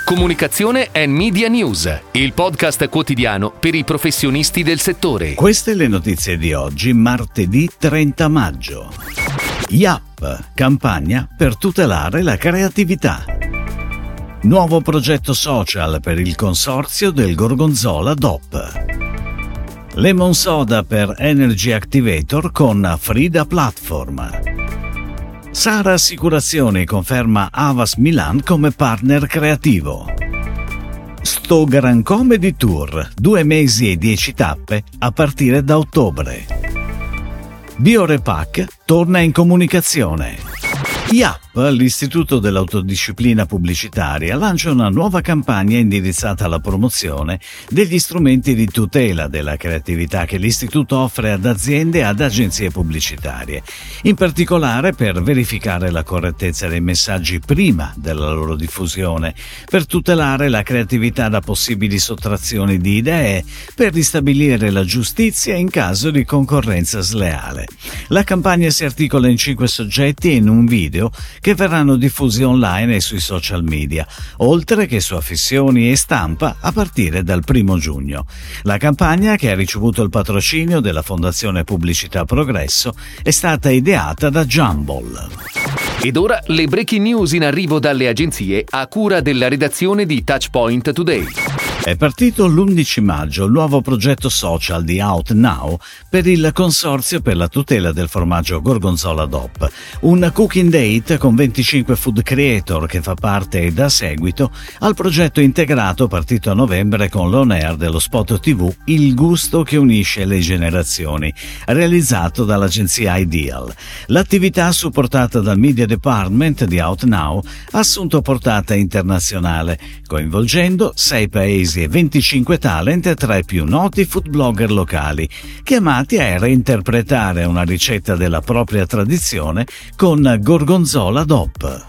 Comunicazione and Media News, il podcast quotidiano per i professionisti del settore. Queste le notizie di oggi, martedì 30 maggio. YAP, campagna per tutelare la creatività. Nuovo progetto social per il consorzio del Gorgonzola DOP. Lemon Soda per Energy Activator con Frida Platform. Sara Assicurazioni conferma Havas Milan come partner creativo. Sto Gran Comedy Tour, 2 mesi e 10 tappe a partire da ottobre. Biorepack torna in comunicazione. YAP, l'Istituto dell'Autodisciplina Pubblicitaria, lancia una nuova campagna indirizzata alla promozione degli strumenti di tutela della creatività che l'Istituto offre ad aziende e ad agenzie pubblicitarie, in particolare per verificare la correttezza dei messaggi prima della loro diffusione, per tutelare la creatività da possibili sottrazioni di idee, per ristabilire la giustizia in caso di concorrenza sleale. La campagna si articola in 5 soggetti e in un video che verranno diffusi online e sui social media, oltre che su affissioni e stampa a partire dal 1 giugno. La campagna, che ha ricevuto il patrocinio della Fondazione Pubblicità Progresso, è stata ideata da Jumble. Ed ora le breaking news in arrivo dalle agenzie a cura della redazione di Touchpoint Today. È partito l'11 maggio il nuovo progetto social di Out Now per il Consorzio per la tutela del formaggio Gorgonzola DOP, un cooking date con 25 food creator che fa parte e dà seguito al progetto integrato partito a novembre con l'on air dello spot TV Il gusto che unisce le generazioni, realizzato dall'agenzia Ideal. L'attività, supportata dal Media Department di Out Now, ha assunto portata internazionale, coinvolgendo 6 paesi e 25 talent tra i più noti food blogger locali, chiamati a reinterpretare una ricetta della propria tradizione con Gorgonzola DOP.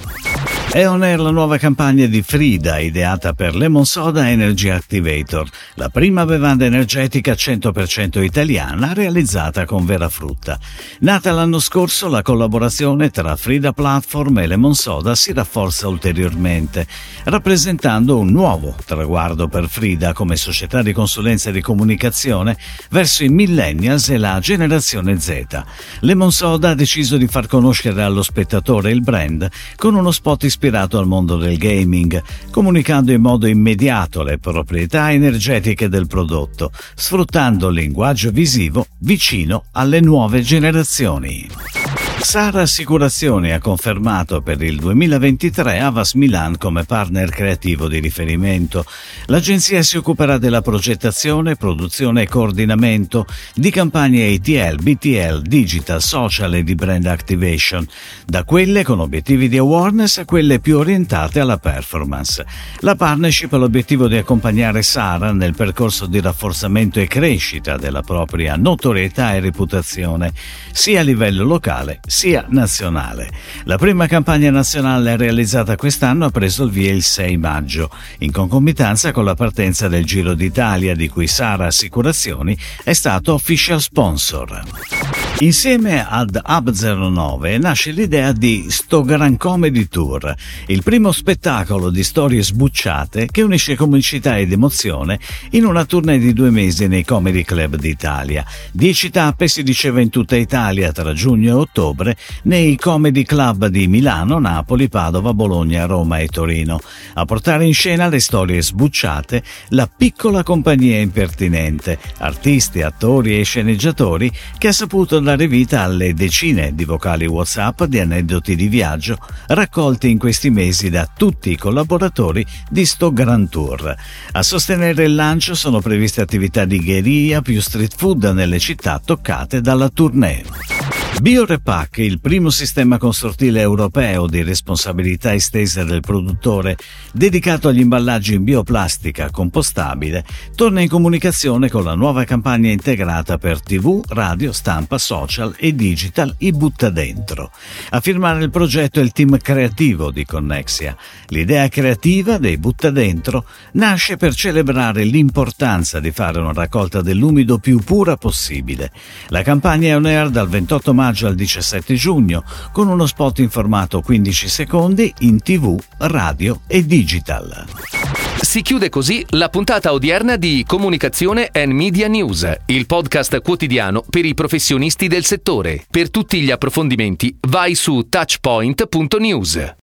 È on air la nuova campagna di Frida, ideata per Lemon Soda Energy Activator, la prima bevanda energetica 100% italiana realizzata con vera frutta. Nata l'anno scorso, la collaborazione tra Frida Platform e Lemon Soda si rafforza ulteriormente, rappresentando un nuovo traguardo per Frida come società di consulenza e di comunicazione verso i millennials e la generazione Z. Lemon Soda ha deciso di far conoscere allo spettatore il brand con uno spot ispirato al mondo del gaming, comunicando in modo immediato le proprietà energetiche del prodotto, sfruttando il linguaggio visivo vicino alle nuove generazioni. Sara Assicurazioni ha confermato per il 2023 Havas Milan come partner creativo di riferimento. L'agenzia si occuperà della progettazione, produzione e coordinamento di campagne ATL, BTL, digital, social e di brand activation, da quelle con obiettivi di awareness a quelle più orientate alla performance. La partnership ha l'obiettivo di accompagnare Sara nel percorso di rafforzamento e crescita della propria notorietà e reputazione, sia a livello locale sia nazionale. La prima campagna nazionale realizzata quest'anno ha preso il via il 6 maggio, in concomitanza con la partenza del Giro d'Italia, di cui Sara Assicurazioni è stato official sponsor. Insieme ad Hub09 nasce l'idea di Sto Gran Comedy Tour, il primo spettacolo di storie sbucciate che unisce comicità ed emozione in una tournée di 2 mesi nei comedy club d'Italia. 10 tappe, si diceva, in tutta Italia tra giugno e ottobre nei comedy club di Milano, Napoli, Padova, Bologna, Roma e Torino. A portare in scena le storie sbucciate la piccola compagnia impertinente, artisti, attori e sceneggiatori che ha saputo dare vita alle decine di vocali WhatsApp di aneddoti di viaggio raccolti in questi mesi da tutti i collaboratori di Sto Gran Tour. A sostenere il lancio sono previste attività di gheria più street food nelle città toccate dalla tournée. Biorepack, il primo sistema consortile europeo di responsabilità estesa del produttore dedicato agli imballaggi in bioplastica compostabile, torna in comunicazione con la nuova campagna integrata per TV, radio, stampa, social e digital I Butta Dentro. A firmare il progetto è il team creativo di Connexia. L'idea creativa dei Butta Dentro nasce per celebrare l'importanza di fare una raccolta dell'umido più pura possibile. La campagna è on air dal 28 maggio al 17 giugno con uno spot in formato 15 secondi in TV, radio e digital. Si chiude così la puntata odierna di Comunicazione and Media News, il podcast quotidiano per i professionisti del settore. Per tutti gli approfondimenti vai su touchpoint.news.